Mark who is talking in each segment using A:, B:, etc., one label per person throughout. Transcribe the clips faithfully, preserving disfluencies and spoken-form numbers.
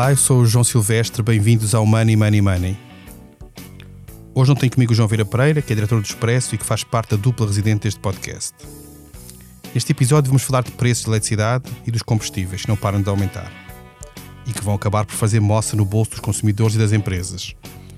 A: Olá, eu sou o João Silvestre, bem-vindos ao Money, Money, Money. Hoje não tenho comigo o João Vieira Pereira, que é diretor do Expresso e que faz parte da dupla residente deste podcast. Neste episódio vamos falar de preços de eletricidade e dos combustíveis, que não param de aumentar e que vão acabar por fazer moça no bolso dos consumidores e das empresas.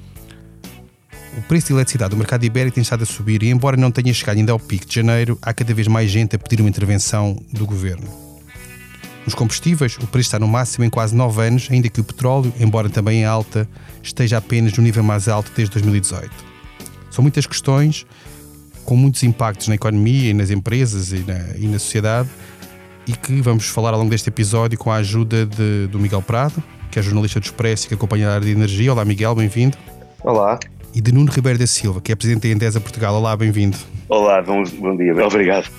A: O preço de eletricidade do mercado ibérico tem estado a subir e, embora não tenha chegado ainda ao pico de janeiro, há cada vez mais gente a pedir uma intervenção do governo. Nos combustíveis, o preço está no máximo em quase nove anos, ainda que o petróleo, embora também em alta, esteja apenas no nível mais alto desde dois mil e dezoito. São muitas questões, com muitos impactos na economia e nas empresas e na, e na sociedade, e que vamos falar ao longo deste episódio com a ajuda de, do Miguel Prado, que é jornalista do Expresso e que acompanha a área de energia. Olá, Miguel, bem-vindo.
B: Olá.
A: E de Nuno Ribeiro da Silva, que é presidente da Endesa Portugal. Olá, bem-vindo.
B: Olá, bom, bom dia, obrigado.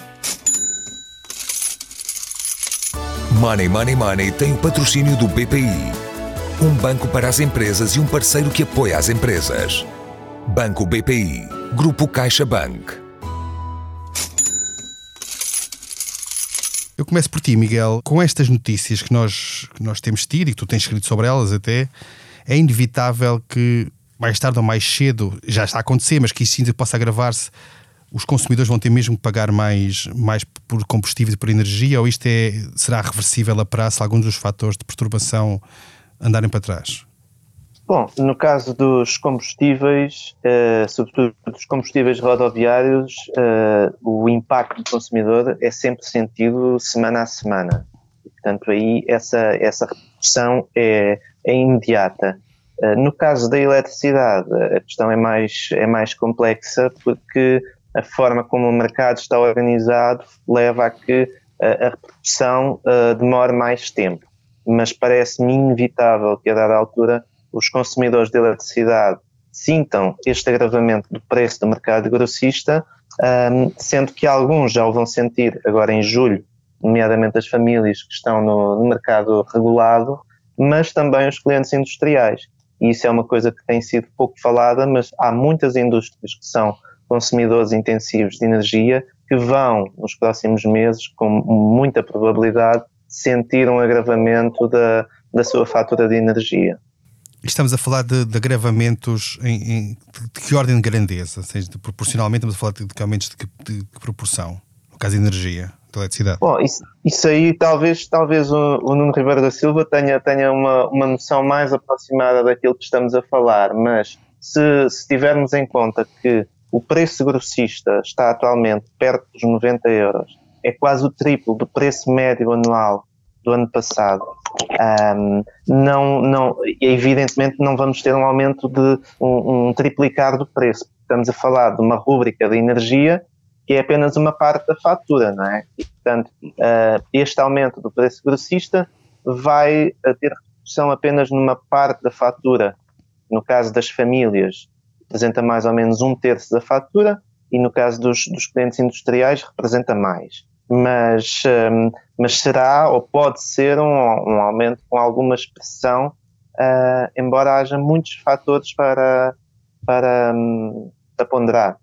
C: Money, Money, Money tem o patrocínio do B P I, um banco para as empresas e um parceiro que apoia as empresas. Banco B P I, Grupo CaixaBank.
A: Eu começo por ti, Miguel. Com estas notícias que nós, que nós temos tido e que tu tens escrito sobre elas até, é inevitável que mais tarde ou mais cedo, já está a acontecer, mas que isso ainda possa agravar-se, os consumidores vão ter mesmo que pagar mais, mais por combustíveis e por energia, ou isto é, será reversível a prazo se alguns dos fatores de perturbação andarem para trás?
B: Bom, no caso dos combustíveis, eh, sobretudo dos combustíveis rodoviários, eh, o impacto do consumidor é sempre sentido semana a semana. Portanto, aí essa, essa redução é, é imediata. Uh, no caso da eletricidade, a questão é mais, é mais complexa porque a forma como o mercado está organizado leva a que uh, a repercussão uh, demore mais tempo. Mas parece-me inevitável que a dada altura os consumidores de eletricidade sintam este agravamento do preço do mercado grossista, um, sendo que alguns já o vão sentir agora em julho, nomeadamente as famílias que estão no, no mercado regulado, mas também os clientes industriais. E isso é uma coisa que tem sido pouco falada, mas há muitas indústrias que são consumidores intensivos de energia que vão, nos próximos meses, com muita probabilidade, sentir um agravamento da, da sua fatura de energia.
A: Estamos a falar de, de agravamentos em, em, de que ordem de grandeza? Ou seja, de, proporcionalmente estamos a falar de, de aumentos de que, de que proporção? No caso de energia, de eletricidade.
B: Bom, isso, isso aí talvez, talvez o, o Nuno Ribeiro da Silva tenha, tenha uma, uma noção mais aproximada daquilo que estamos a falar, mas se, se tivermos em conta que o preço grossista está atualmente perto dos noventa euros, é quase o triplo do preço médio anual do ano passado, um, não, não, evidentemente não vamos ter um aumento de um, um triplicar do preço. Estamos a falar de uma rúbrica de energia que é apenas uma parte da fatura, não é? E, portanto, uh, este aumento do preço grossista vai ter redução apenas numa parte da fatura. No caso das famílias, representa mais ou menos um terço da fatura, e no caso dos, dos clientes industriais, representa mais. Mas, um, mas será, ou pode ser, um, um aumento com alguma expressão, uh, embora haja muitos fatores para, para, um, para ponderar.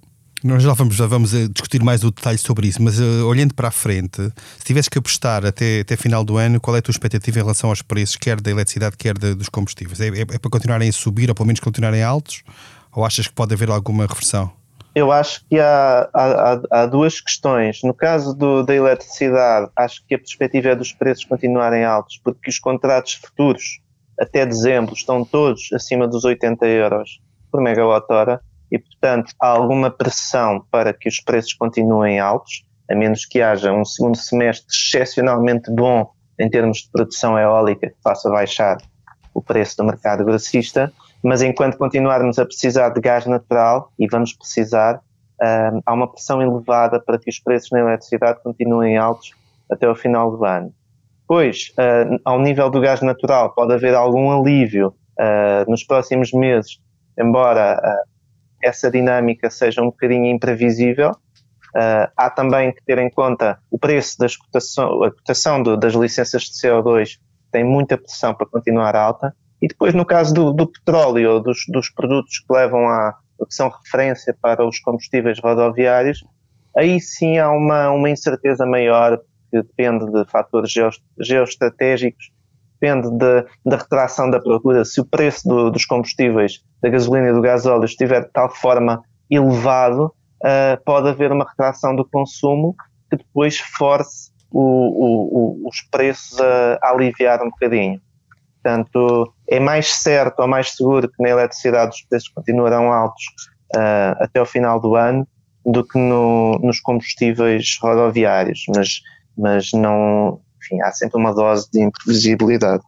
A: Nós já vamos, já vamos discutir mais o detalhe sobre isso, mas uh, olhando para a frente, se tivesse que apostar até, até final do ano, qual é a tua expectativa em relação aos preços, quer da eletricidade, quer de, dos combustíveis? É, é, é para continuarem a subir, ou pelo menos continuarem altos, ou achas que pode haver alguma reversão?
B: Eu acho que há, há, há duas questões. No caso do, da eletricidade, acho que a perspectiva é dos preços continuarem altos, porque os contratos futuros, até dezembro, estão todos acima dos oitenta euros por megawatt-hora, e, portanto, há alguma pressão para que os preços continuem altos, a menos que haja um segundo semestre excepcionalmente bom em termos de produção eólica que faça baixar o preço do mercado grossista, mas enquanto continuarmos a precisar de gás natural, e vamos precisar, uh, há uma pressão elevada para que os preços na eletricidade continuem altos até o final do ano. Pois, uh, ao nível do gás natural, pode haver algum alívio uh, nos próximos meses, embora uh, essa dinâmica seja um bocadinho imprevisível. Uh, há também que ter em conta o preço das cotação, a cotação do, das licenças de C O dois tem muita pressão para continuar alta, e depois no caso do, do petróleo ou dos, dos produtos que levam a, que são referência para os combustíveis rodoviários, aí sim há uma, uma incerteza maior, que depende de fatores geoestratégicos depende de, da retração da procura. Se o preço do, dos combustíveis, da gasolina e do gasóleo estiver de tal forma elevado, uh, pode haver uma retração do consumo que depois force o, o, o, os preços a, a aliviar um bocadinho. Portanto, é mais certo ou mais seguro que na eletricidade os preços continuarão altos uh, até o final do ano do que no, nos combustíveis rodoviários, mas, mas não, enfim, há sempre uma dose de imprevisibilidade.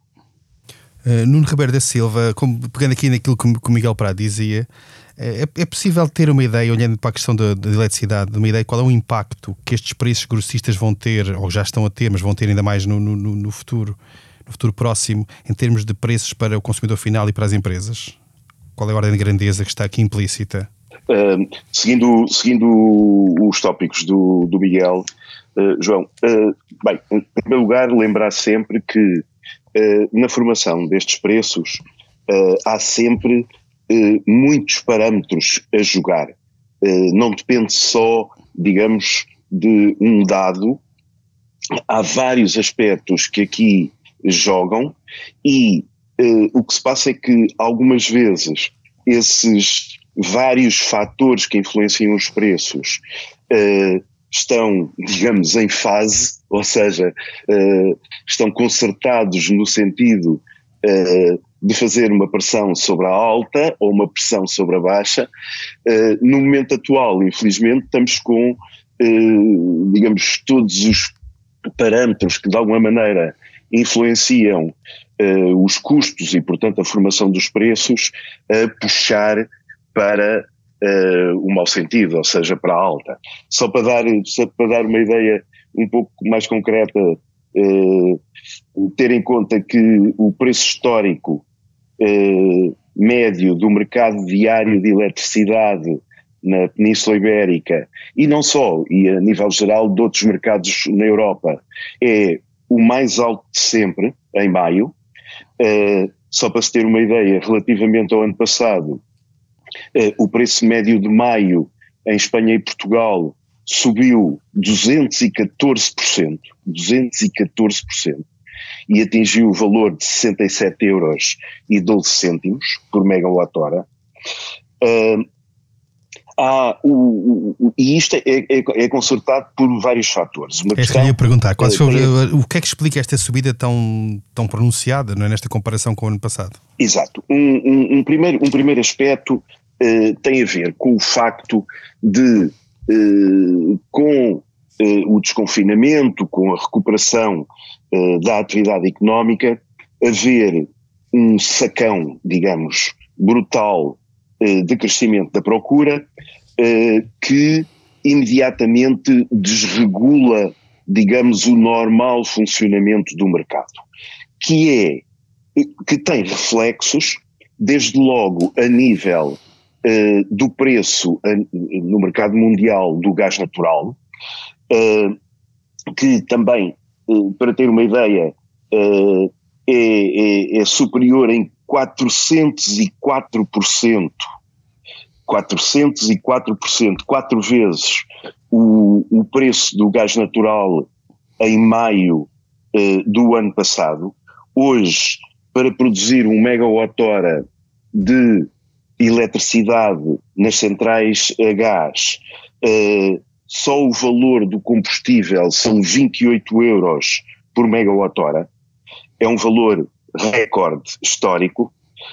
A: Uh, Nuno Ribeiro da Silva, como, pegando aqui naquilo que o Miguel Prado dizia, é, é possível ter uma ideia, olhando para a questão da, da eletricidade, uma ideia qual é o impacto que estes preços grossistas vão ter, ou já estão a ter, mas vão ter ainda mais no, no, no futuro, no futuro próximo, em termos de preços para o consumidor final e para as empresas? Qual é a ordem de grandeza que está aqui implícita?
D: Uh, seguindo, seguindo os tópicos do, do Miguel, uh, João, uh, bem, em primeiro lugar, lembrar sempre que uh, na formação destes preços uh, há sempre uh, muitos parâmetros a jogar. Uh, não depende só, digamos, de um dado. Há vários aspectos que aqui jogam e uh, o que se passa é que algumas vezes esses vários fatores que influenciam os preços uh, estão, digamos, em fase, ou seja, uh, estão concertados no sentido uh, de fazer uma pressão sobre a alta ou uma pressão sobre a baixa. Uh, no momento atual, infelizmente, estamos com, uh, digamos, todos os parâmetros que de alguma maneira influenciam uh, os custos e, portanto, a formação dos preços a puxar para uh, o mau sentido, ou seja, para a alta. Só para dar, só para dar uma ideia um pouco mais concreta, uh, ter em conta que o preço histórico uh, médio do mercado diário de eletricidade na Península Ibérica, e não só, e a nível geral de outros mercados na Europa, é o mais alto de sempre, em maio. Uh, só para se ter uma ideia, relativamente ao ano passado, Uh, o preço médio de maio em Espanha e Portugal subiu duzentos e catorze por cento, duzentos e catorze por cento e atingiu o valor de sessenta e sete euros e doze cêntimos por megawatt-hora. Uh, há o, o, e isto é, é, é consertado por vários fatores. Uma
A: é questão, que eu ia perguntar, qual, uh, o que é que explica esta subida tão, tão pronunciada, não é, nesta comparação com o ano passado?
D: Exato. Um, um, um, primeiro, um primeiro aspecto Uh, tem a ver com o facto de, uh, com uh, o desconfinamento, com a recuperação uh, da atividade económica, haver um sacão, digamos, brutal uh, de crescimento da procura, uh, que imediatamente desregula, digamos, o normal funcionamento do mercado, que é, que tem reflexos, desde logo a nível Uh, do preço uh, no mercado mundial do gás natural, uh, que também, uh, para ter uma ideia, uh, é, é, é superior em quatrocentos e quatro por cento, quatrocentos e quatro por cento, quatro vezes o, o preço do gás natural em maio uh, do ano passado. Hoje, para produzir um megawatt-hora de eletricidade nas centrais a gás, uh, só o valor do combustível são vinte e oito euros por megawatt-hora, é um valor recorde histórico.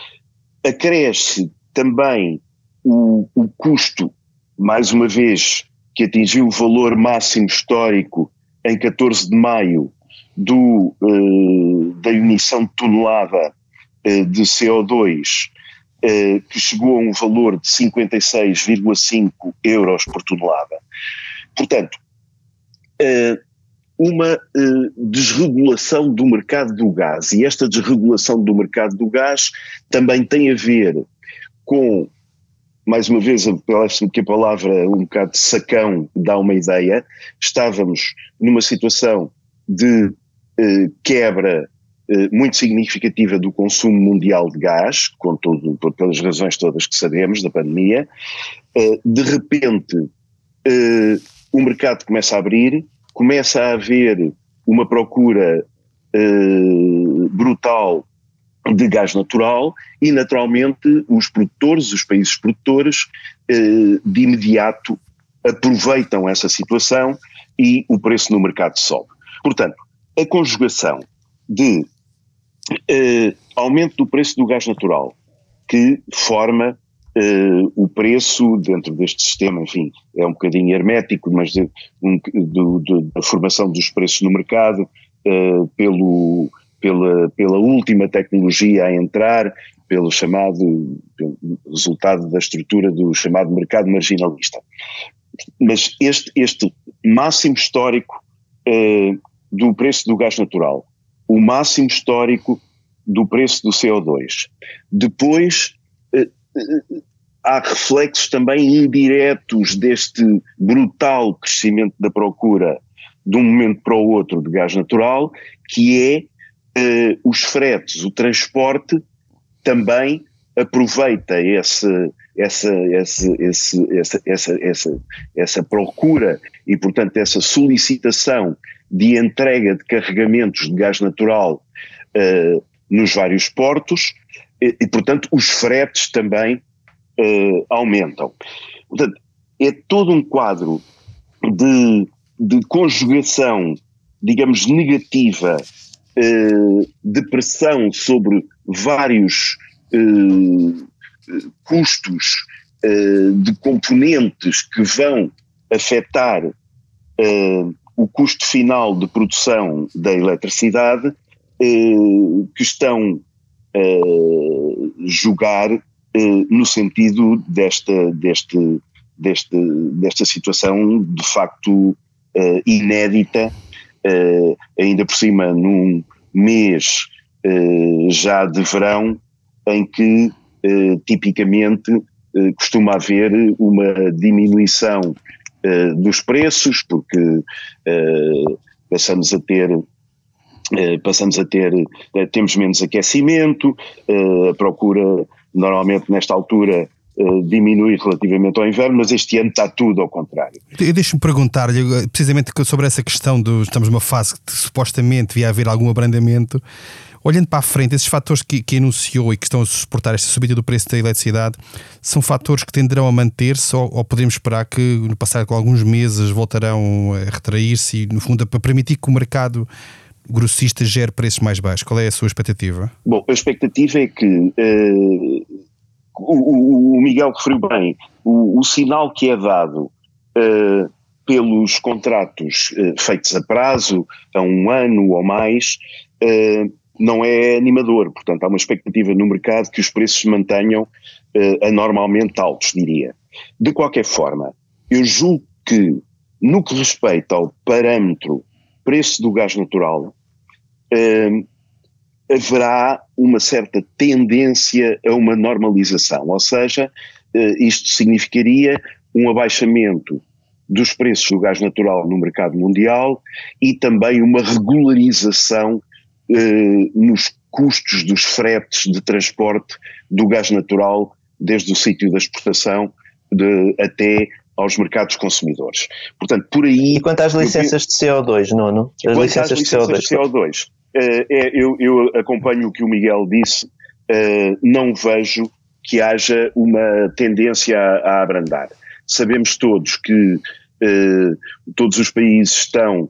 D: Acresce também o, o custo, mais uma vez, que atingiu o valor máximo histórico em catorze de maio do, uh, da emissão de tonelada uh, de C O dois, Uh, que chegou a um valor de cinquenta e seis vírgula cinco euros por tonelada. Portanto, uh, uma uh, desregulação do mercado do gás, e esta desregulação do mercado do gás também tem a ver com, mais uma vez, parece-me que a palavra um bocado de sacão dá uma ideia. Estávamos numa situação de uh, quebra muito significativa do consumo mundial de gás, com todo, pelas razões todas que sabemos da pandemia. De repente o mercado começa a abrir, começa a haver uma procura uh, brutal de gás natural e, naturalmente, os produtores, os países produtores, uh, de imediato aproveitam essa situação e o preço no mercado sobe. Portanto, a conjugação de uh, aumento do preço do gás natural, que forma uh, o preço dentro deste sistema, enfim, é um bocadinho hermético, mas de, um, do, do, da formação dos preços no mercado, uh, pelo, pela, pela última tecnologia a entrar, pelo chamado, pelo resultado da estrutura do chamado mercado marginalista. Mas este, este máximo histórico uh, do preço do gás natural, o máximo histórico do preço do C O dois. Depois, eh, há reflexos também indiretos deste brutal crescimento da procura de um momento para o outro de gás natural, que é eh, os fretes, o transporte também aproveita esse, essa, esse, esse, essa, essa, essa, essa procura e, portanto, essa solicitação de entrega de carregamentos de gás natural uh, nos vários portos e, e, portanto, os fretes também uh, aumentam. Portanto, é todo um quadro de, de conjugação, digamos, negativa, uh, de pressão sobre vários uh, custos uh, de componentes que vão afetar uh, o custo final de produção da eletricidade, eh, que estão a eh, jogar eh, no sentido desta, deste, deste, desta situação de facto eh, inédita, eh, ainda por cima num mês eh, já de verão, em que eh, tipicamente eh, costuma haver uma diminuição Uh, dos preços, porque uh, passamos a ter, uh, passamos a ter, uh, temos menos aquecimento, uh, a procura normalmente nesta altura uh, diminui relativamente ao inverno, mas este ano está tudo ao contrário.
A: Deixe-me perguntar-lhe, precisamente sobre essa questão de estamos numa fase que supostamente devia haver algum abrandamento. Olhando para a frente, esses fatores que, que enunciou e que estão a suportar esta subida do preço da eletricidade são fatores que tenderão a manter-se ou, ou podemos esperar que no passar de alguns meses voltarão a retrair-se e, no fundo, para permitir que o mercado grossista gere preços mais baixos? Qual é a sua expectativa?
D: Bom, a expectativa é que uh, o, o Miguel referiu bem, o, o sinal que é dado uh, pelos contratos uh, feitos a prazo, a um ano ou mais, uh, não é animador. Portanto, há uma expectativa no mercado que os preços se mantenham uh, anormalmente altos, diria. De qualquer forma, eu julgo que, no que respeita ao parâmetro preço do gás natural, uh, haverá uma certa tendência a uma normalização, ou seja, uh, isto significaria um abaixamento dos preços do gás natural no mercado mundial e também uma regularização Uh, nos custos dos fretes de transporte do gás natural desde o sítio da exportação de, até aos mercados consumidores. Portanto, por aí...
B: E quanto às licenças eu, de C O dois, Nuno?
D: As licenças, licenças de C O dois? De C O dois uh, é, eu, eu acompanho o que o Miguel disse, uh, não vejo que haja uma tendência a, a abrandar. Sabemos todos que uh, todos os países estão...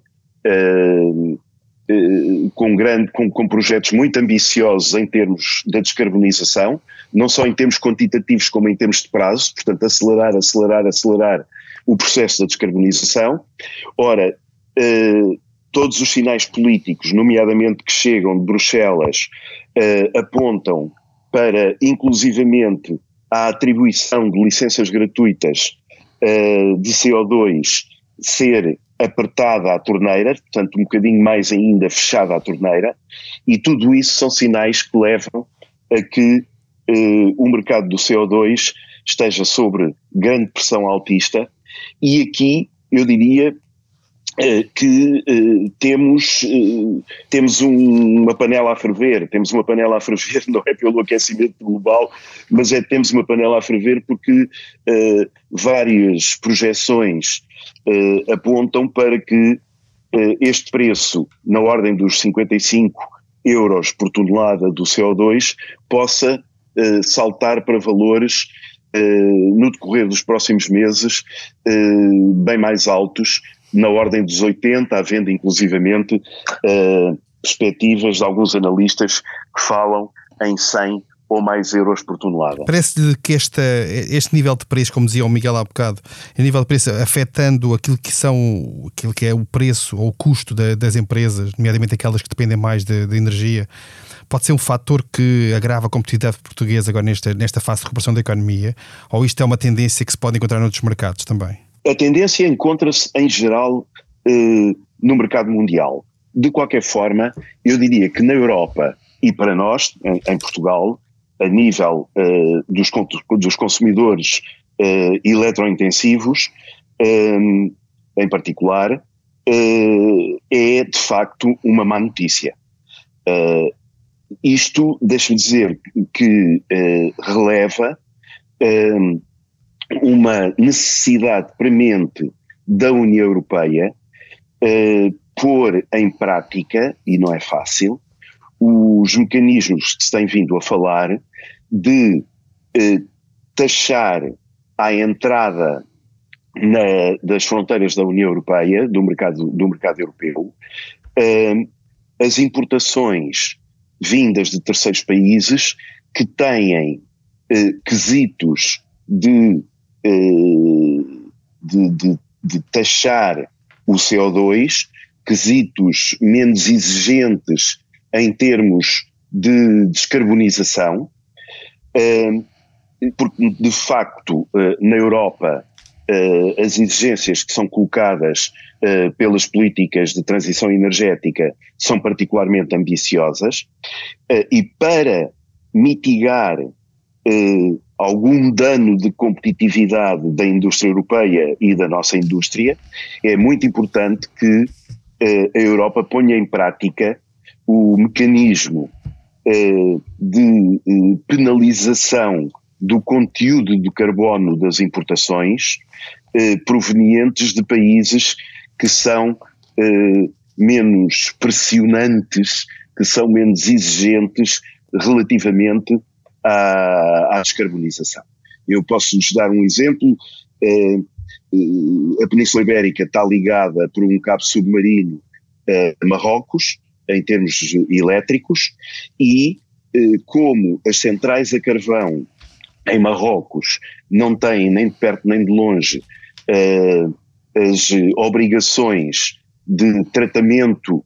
D: Uh, Com, grande, com, com projetos muito ambiciosos em termos da descarbonização, não só em termos quantitativos como em termos de prazo, portanto acelerar, acelerar, acelerar o processo da descarbonização. Ora, eh, todos os sinais políticos, nomeadamente que chegam de Bruxelas, eh, apontam para inclusivamente a atribuição de licenças gratuitas eh, de C O dois ser apertada à torneira, portanto um bocadinho mais ainda fechada à torneira, e tudo isso são sinais que levam a que eh, o mercado do C O dois esteja sobre grande pressão altista, e aqui eu diria eh, que eh, temos, eh, temos um, uma panela a ferver, temos uma panela a ferver não é pelo aquecimento global, mas é temos uma panela a ferver porque eh, várias projeções Uh, apontam para que este preço, na ordem dos cinquenta e cinco euros por tonelada do C O dois, possa uh, saltar para valores uh, no decorrer dos próximos meses uh, bem mais altos, na ordem dos oitenta, havendo inclusivamente uh, perspectivas de alguns analistas que falam em cem ou mais euros por tonelada.
A: Parece-lhe que esta, este nível de preço, como dizia o Miguel há bocado, o nível de preço afetando aquilo que são, aquilo que é o preço ou o custo da, das empresas, nomeadamente aquelas que dependem mais de, de energia, pode ser um fator que agrava a competitividade portuguesa agora nesta, nesta fase de recuperação da economia, ou isto é uma tendência que se pode encontrar noutros mercados também?
D: A tendência encontra-se em geral eh, no mercado mundial. De qualquer forma, eu diria que na Europa e para nós, em, em Portugal, a nível uh, dos, dos consumidores uh, eletrointensivos, um, em particular, uh, é de facto uma má notícia. Uh, isto, deixa-me dizer, que uh, releva uh, uma necessidade premente da União Europeia uh, pôr em prática, e não é fácil, os mecanismos que se têm vindo a falar de eh, taxar à entrada na, das fronteiras da União Europeia, do mercado, do mercado europeu, eh, as importações vindas de terceiros países que têm eh, quesitos de, eh, de, de, de taxar o C O dois, quesitos menos exigentes em termos de descarbonização, porque de facto na Europa as exigências que são colocadas pelas políticas de transição energética são particularmente ambiciosas, e para mitigar algum dano de competitividade da indústria europeia e da nossa indústria, é muito importante que a Europa ponha em prática o mecanismo eh, de eh, penalização do conteúdo de carbono das importações eh, provenientes de países que são eh, menos pressionantes, que são menos exigentes relativamente à, à descarbonização. Eu posso-vos dar um exemplo. Eh, a Península Ibérica está ligada por um cabo submarino a Marrocos, em termos elétricos, e eh, como as centrais a carvão em Marrocos não têm nem de perto nem de longe eh, as obrigações de tratamento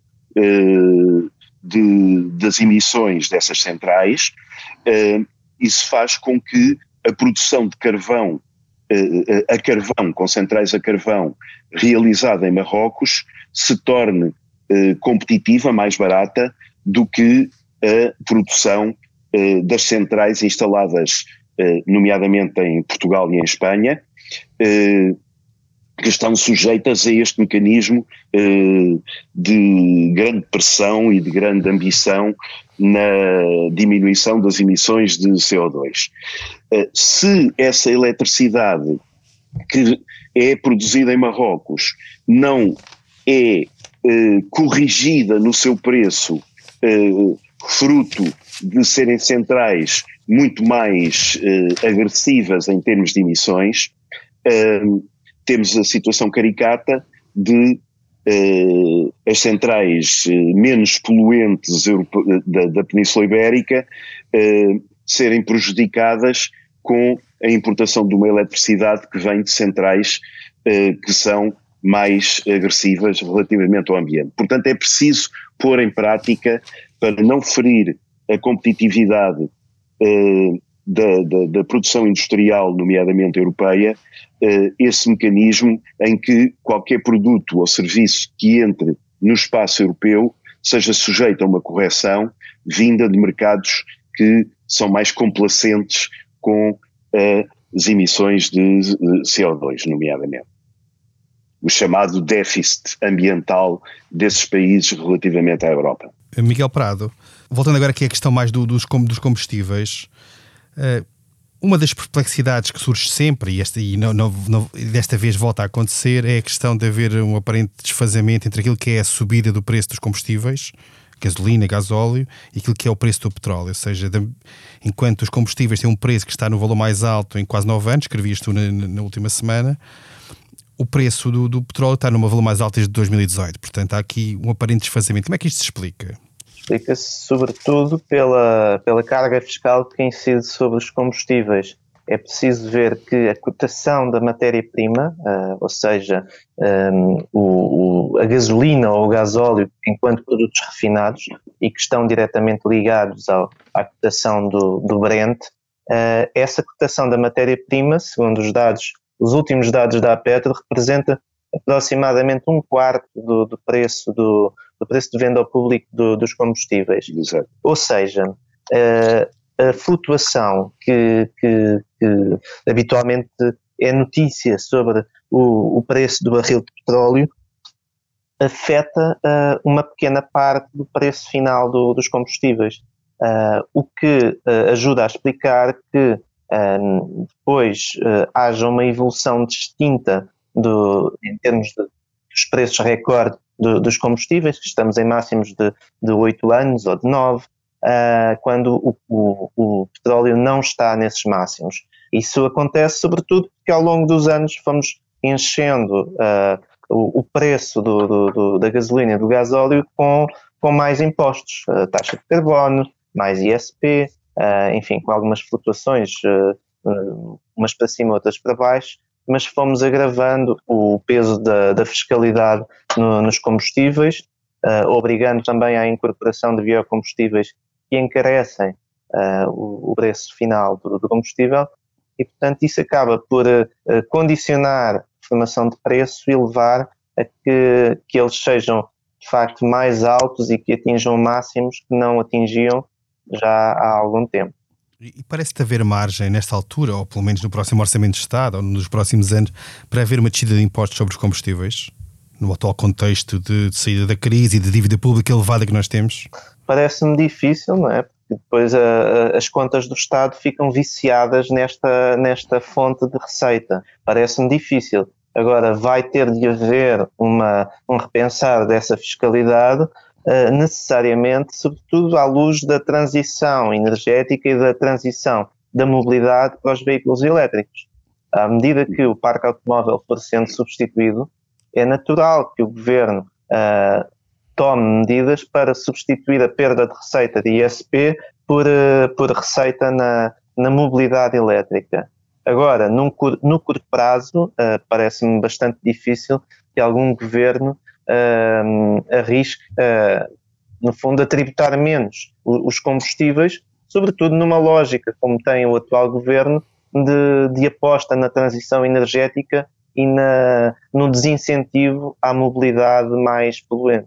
D: eh, de, das emissões dessas centrais, eh, isso faz com que a produção de carvão, eh, a carvão, com centrais a carvão, realizada em Marrocos, se torne competitiva, mais barata do que a produção eh, das centrais instaladas, eh, nomeadamente em Portugal e em Espanha, eh, que estão sujeitas a este mecanismo eh, de grande pressão e de grande ambição na diminuição das emissões de C O dois. Eh, se essa eletricidade que é produzida em Marrocos não é Eh, corrigida no seu preço, eh, fruto de serem centrais muito mais eh, agressivas em termos de emissões, eh, temos a situação caricata de eh, as centrais eh, menos poluentes da, da Península Ibérica eh, serem prejudicadas com a importação de uma eletricidade que vem de centrais eh, que são mais agressivas relativamente ao ambiente. Portanto, é preciso pôr em prática, para não ferir a competitividade eh, da, da, da produção industrial, nomeadamente europeia, eh, esse mecanismo em que qualquer produto ou serviço que entre no espaço europeu seja sujeito a uma correção vinda de mercados que são mais complacentes com eh, as emissões de, de C O dois, nomeadamente. O chamado déficit ambiental desses países relativamente à Europa.
A: Miguel Prado, voltando agora aqui à questão mais do, dos, dos combustíveis, uh, Uma das perplexidades que surge sempre, e, esta, e não, não, não, desta vez volta a acontecer, é a questão de haver um aparente desfazamento entre aquilo que é a subida do preço dos combustíveis, gasolina, gasóleo, e aquilo que é o preço do petróleo. Ou seja, de, enquanto os combustíveis têm um preço que está no valor mais alto em quase nove anos, escrevias tu na, na última semana, o preço do, do petróleo está num valor mais alto desde dois mil e dezoito. Portanto, há aqui um aparente desfazamento. Como é que isto se explica?
B: Explica-se sobretudo pela, pela carga fiscal que incide sobre os combustíveis. É preciso ver que a cotação da matéria-prima, uh, ou seja, um, o, o, a gasolina ou o gasóleo enquanto produtos refinados e que estão diretamente ligados ao, à cotação do, do Brent, uh, essa cotação da matéria-prima, segundo os dados, os últimos dados da Apetro, representa aproximadamente um quarto do, do, preço, do, do preço de venda ao público do, dos combustíveis.
D: Exato.
B: Ou seja, uh, a flutuação que, que, que habitualmente é notícia sobre o, o preço do barril de petróleo afeta uh, uma pequena parte do preço final do, dos combustíveis, uh, o que uh, ajuda a explicar que uh, depois uh, haja uma evolução distinta Do, em termos de, dos preços recorde do, dos combustíveis, que estamos em máximos de, de oito anos ou de nove, uh, quando o, o, o petróleo não está nesses máximos. Isso acontece sobretudo porque ao longo dos anos fomos enchendo uh, o, o preço do, do, do, da gasolina e do gasóleo com, com mais impostos, uh, taxa de carbono, mais I S P, uh, enfim, com algumas flutuações, uh, uh, umas para cima, outras para baixo, mas fomos agravando o peso da, da fiscalidade no, nos combustíveis, uh, obrigando também à incorporação de biocombustíveis que encarecem uh, o, o preço final do, do combustível, e portanto isso acaba por uh, condicionar a formação de preço e levar a que, que eles sejam de facto mais altos e que atinjam máximos que não atingiam já há algum tempo.
A: E parece-te haver margem nesta altura, ou pelo menos no próximo Orçamento de Estado, ou nos próximos anos, para haver uma descida de impostos sobre os combustíveis, no atual contexto de, de saída da crise e de dívida pública elevada que nós temos?
B: Parece-me difícil, não é? Porque depois a, a, as contas do Estado ficam viciadas nesta, nesta fonte de receita. Parece-me difícil. Agora, vai ter de haver uma, um repensar dessa fiscalidade, Uh, necessariamente, sobretudo à luz da transição energética e da transição da mobilidade para os veículos elétricos. À medida que o parque automóvel for sendo substituído, é natural que o Governo uh, tome medidas para substituir a perda de receita de I S P por, uh, por receita na, na mobilidade elétrica. Agora, num, no curto prazo, uh, parece-me bastante difícil que algum Governo Uh, arrisque, uh, no fundo, a tributar menos os combustíveis, sobretudo numa lógica, como tem o atual governo, de, de aposta na transição energética e na, no desincentivo à mobilidade mais poluente.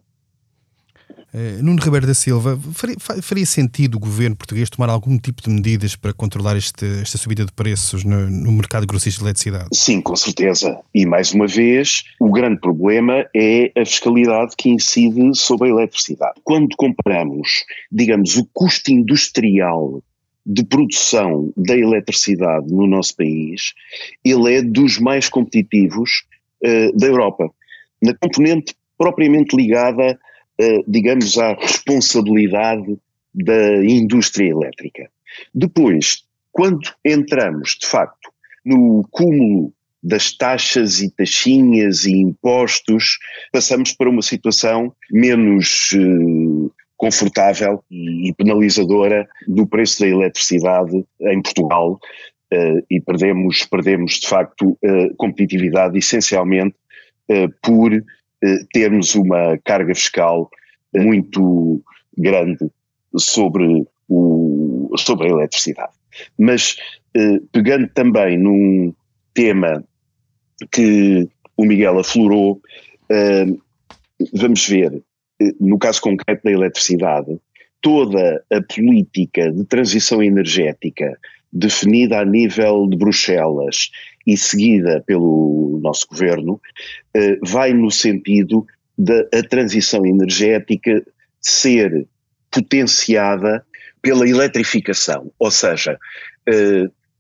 A: Uh, Nuno Ribeiro da Silva, faria, faria sentido o governo português tomar algum tipo de medidas para controlar este, esta subida de preços no, no mercado grossista de eletricidade?
D: Sim, com certeza. E mais uma vez, o grande problema é a fiscalidade que incide sobre a eletricidade. Quando comparamos, digamos, o custo industrial de produção da eletricidade no nosso país, ele é dos mais competitivos uh, da Europa. Na componente propriamente ligada Uh, digamos, à responsabilidade da indústria elétrica. Depois, quando entramos, de facto, no cúmulo das taxas e taxinhas e impostos, passamos para uma situação menos uh, confortável e, e penalizadora do preço da eletricidade em Portugal uh, e perdemos, perdemos, de facto, uh, competitividade essencialmente uh, por termos uma carga fiscal muito grande sobre, o, sobre a eletricidade. Mas eh, pegando também num tema que o Miguel aflorou, eh, vamos ver, eh, no caso concreto da eletricidade, toda a política de transição energética definida a nível de Bruxelas e seguida pelo nosso governo, eh, vai no sentido da a transição energética ser potenciada pela eletrificação, ou seja, eh,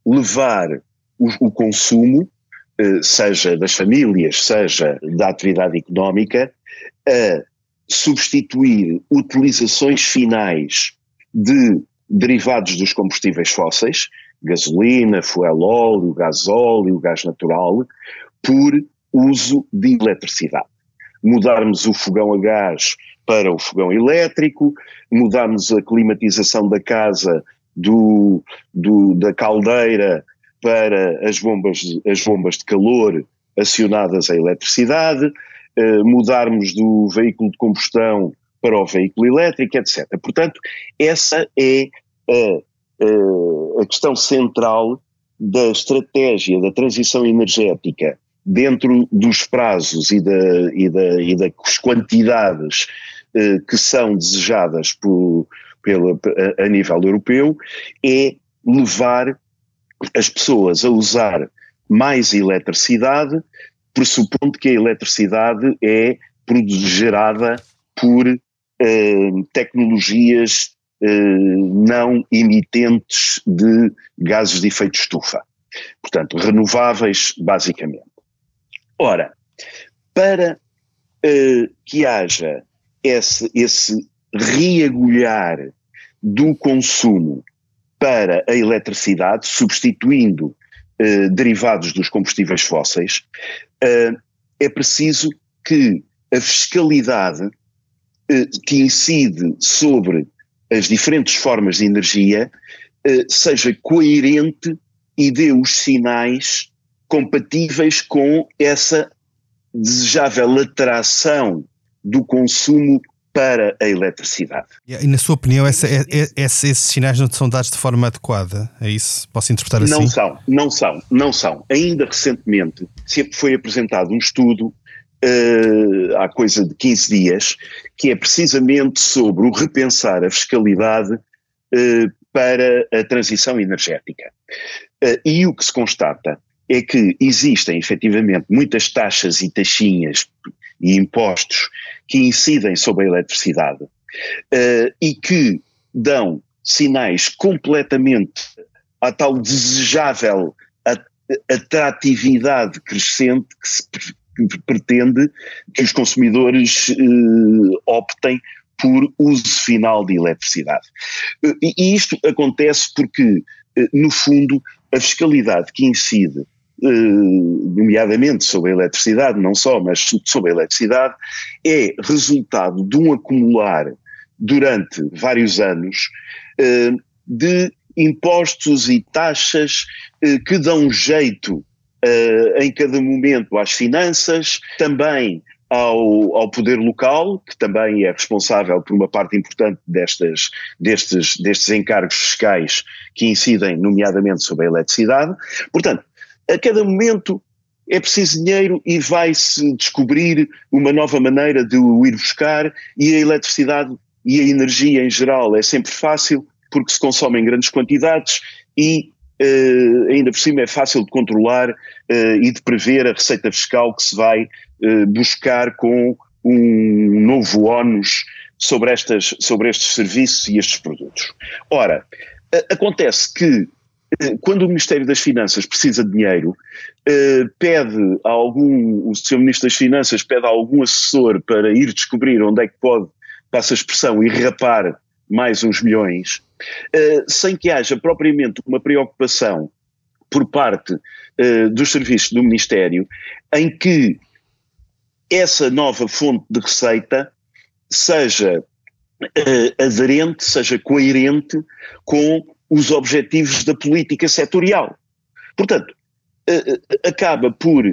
D: levar o, o consumo, seja das famílias, seja da atividade económica, a substituir utilizações finais de derivados dos combustíveis fósseis, gasolina, fuel óleo, gasóleo, gás natural, por uso de eletricidade. Mudarmos o fogão a gás para o fogão elétrico, mudarmos a climatização da casa do, do, da caldeira para as bombas, as bombas de calor acionadas à eletricidade, eh, mudarmos do veículo de combustão para o veículo elétrico, etcétera. Portanto, essa é a, a, a questão central da estratégia da transição energética dentro dos prazos e, da, e, da, e das quantidades eh, que são desejadas por, pela, a, a nível europeu, é levar as pessoas a usar mais eletricidade, pressupondo que a eletricidade é gerada por eh, tecnologias eh, não emitentes de gases de efeito estufa. Portanto, renováveis, basicamente. Ora, para eh, que haja esse, esse reagulhar do consumo para a eletricidade, substituindo eh, derivados dos combustíveis fósseis, eh, é preciso que a fiscalidade eh, que incide sobre as diferentes formas de energia eh, seja coerente e dê os sinais compatíveis com essa desejável atração do consumo para a eletricidade.
A: E na sua opinião, essa, essa, esses sinais não são dados de forma adequada? É isso? Posso interpretar assim?
D: Não são, não são, não são. Ainda recentemente foi apresentado um estudo, uh, há coisa de quinze dias, que é precisamente sobre o repensar a fiscalidade uh, para a transição energética. Uh, e o que se constata é que existem efetivamente muitas taxas e taxinhas e impostos que incidem sobre a eletricidade uh, e que dão sinais completamente à tal desejável atratividade crescente que se que pretende que os consumidores uh, optem por uso final de eletricidade. Uh, e, e isto acontece porque, uh, no fundo, a fiscalidade que incide Uh, nomeadamente sobre a eletricidade, não só, mas sobre a eletricidade, é resultado de um acumular durante vários anos uh, de impostos e taxas uh, que dão jeito uh, em cada momento às finanças, também ao, ao poder local, que também é responsável por uma parte importante destas, destes, destes encargos fiscais que incidem nomeadamente sobre a eletricidade. Portanto, a cada momento é preciso dinheiro e vai-se descobrir uma nova maneira de o ir buscar, e a eletricidade e a energia em geral é sempre fácil porque se consome em grandes quantidades e uh, ainda por cima é fácil de controlar uh, e de prever a receita fiscal que se vai uh, buscar com um novo ónus sobre, estas, sobre estes serviços e estes produtos. Ora, uh, acontece que quando o Ministério das Finanças precisa de dinheiro, eh, pede a algum, o senhor Ministro das Finanças pede a algum assessor para ir descobrir onde é que pode, passa a expressão, e rapar mais uns milhões, eh, sem que haja propriamente uma preocupação por parte eh, dos serviços do Ministério em que essa nova fonte de receita seja eh, aderente, seja coerente com os objetivos da política setorial. Portanto, uh, acaba por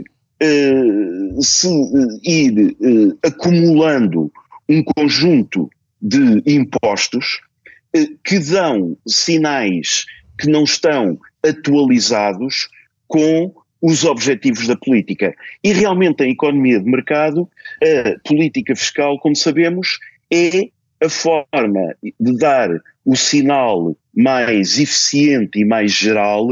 D: uh, se ir uh, acumulando um conjunto de impostos uh, que dão sinais que não estão atualizados com os objetivos da política. E realmente em economia de mercado, a política fiscal, como sabemos, é a forma de dar o sinal mais eficiente e mais geral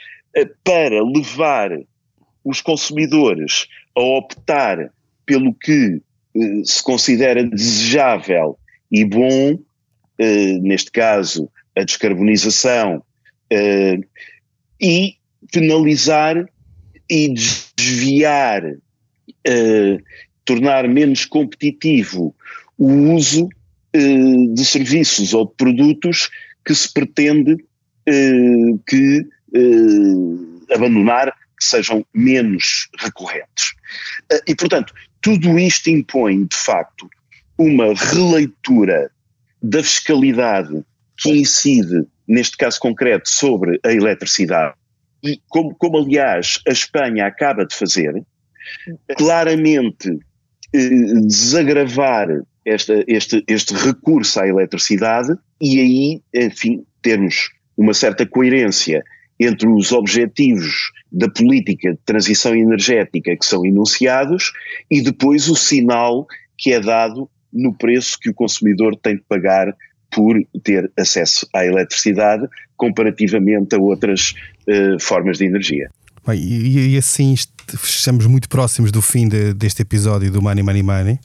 D: para levar os consumidores a optar pelo que eh, se considera desejável e bom, eh, neste caso a descarbonização, eh, e penalizar e desviar, uh, tornar menos competitivo o uso uh, de serviços ou de produtos que se pretende uh, que uh, abandonar, que sejam menos recorrentes. Uh, e, portanto, tudo isto impõe, de facto, uma releitura da fiscalidade que incide, neste caso concreto, sobre a eletricidade, e como, como aliás a Espanha acaba de fazer, claramente eh, desagravar esta, este, este recurso à eletricidade e aí, enfim, termos uma certa coerência entre os objetivos da política de transição energética que são enunciados e depois o sinal que é dado no preço que o consumidor tem de pagar por ter acesso à eletricidade comparativamente a outras uh, formas de energia.
A: Bem, e, e assim estamos muito próximos do fim de, deste episódio do Money Money Money.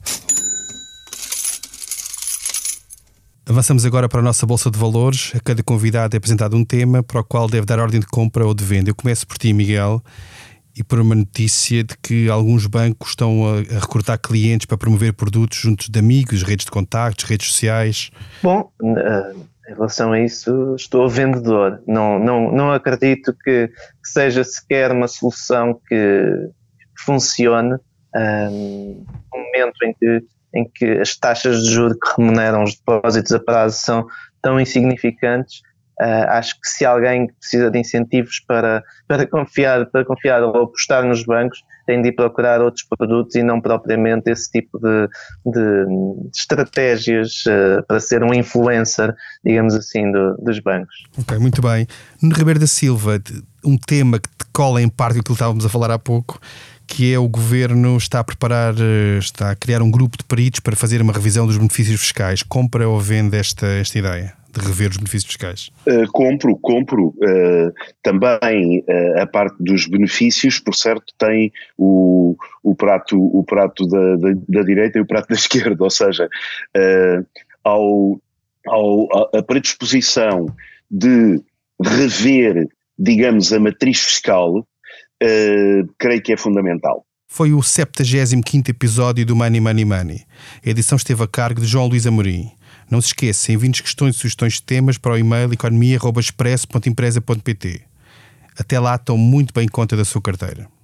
A: Avançamos agora para a nossa Bolsa de Valores. A cada convidado é apresentado um tema para o qual deve dar ordem de compra ou de venda. Eu começo por ti, Miguel, e por uma notícia de que alguns bancos estão a, a recrutar clientes para promover produtos juntos de amigos, redes de contactos, redes sociais.
B: Bom, em relação a isso, estou vendedor. Não, não, não acredito que, que seja sequer uma solução que funcione um, no momento em que, em que as taxas de juros que remuneram os depósitos a prazo são tão insignificantes. Uh, acho que se alguém precisa de incentivos para, para, confiar, para confiar ou apostar nos bancos, tem de ir procurar outros produtos e não propriamente esse tipo de, de, de estratégias uh, para ser um influencer, digamos assim, do, dos bancos.
A: Ok, muito bem. Nuno Ribeiro da Silva, um tema que decola em parte do que estávamos a falar há pouco, que é o Governo está a preparar, está a criar um grupo de peritos para fazer uma revisão dos benefícios fiscais. Compra ou vende esta, esta ideia de rever os benefícios fiscais?
D: Uh, compro, compro. Uh, também uh, a parte dos benefícios, por certo, tem o, o prato, o prato da, da, da direita e o prato da esquerda, ou seja, uh, ao, ao, a predisposição de rever, digamos, a matriz fiscal, uh, creio que é fundamental.
A: Foi o septuagésimo quinto episódio do Money Money Money. A edição esteve a cargo de João Luís Amorim. Não se esqueça, enviem-nos questões e sugestões de temas para o e-mail economia arroba expresso ponto empresa ponto pt. Até lá, tome muito bem conta da sua carteira.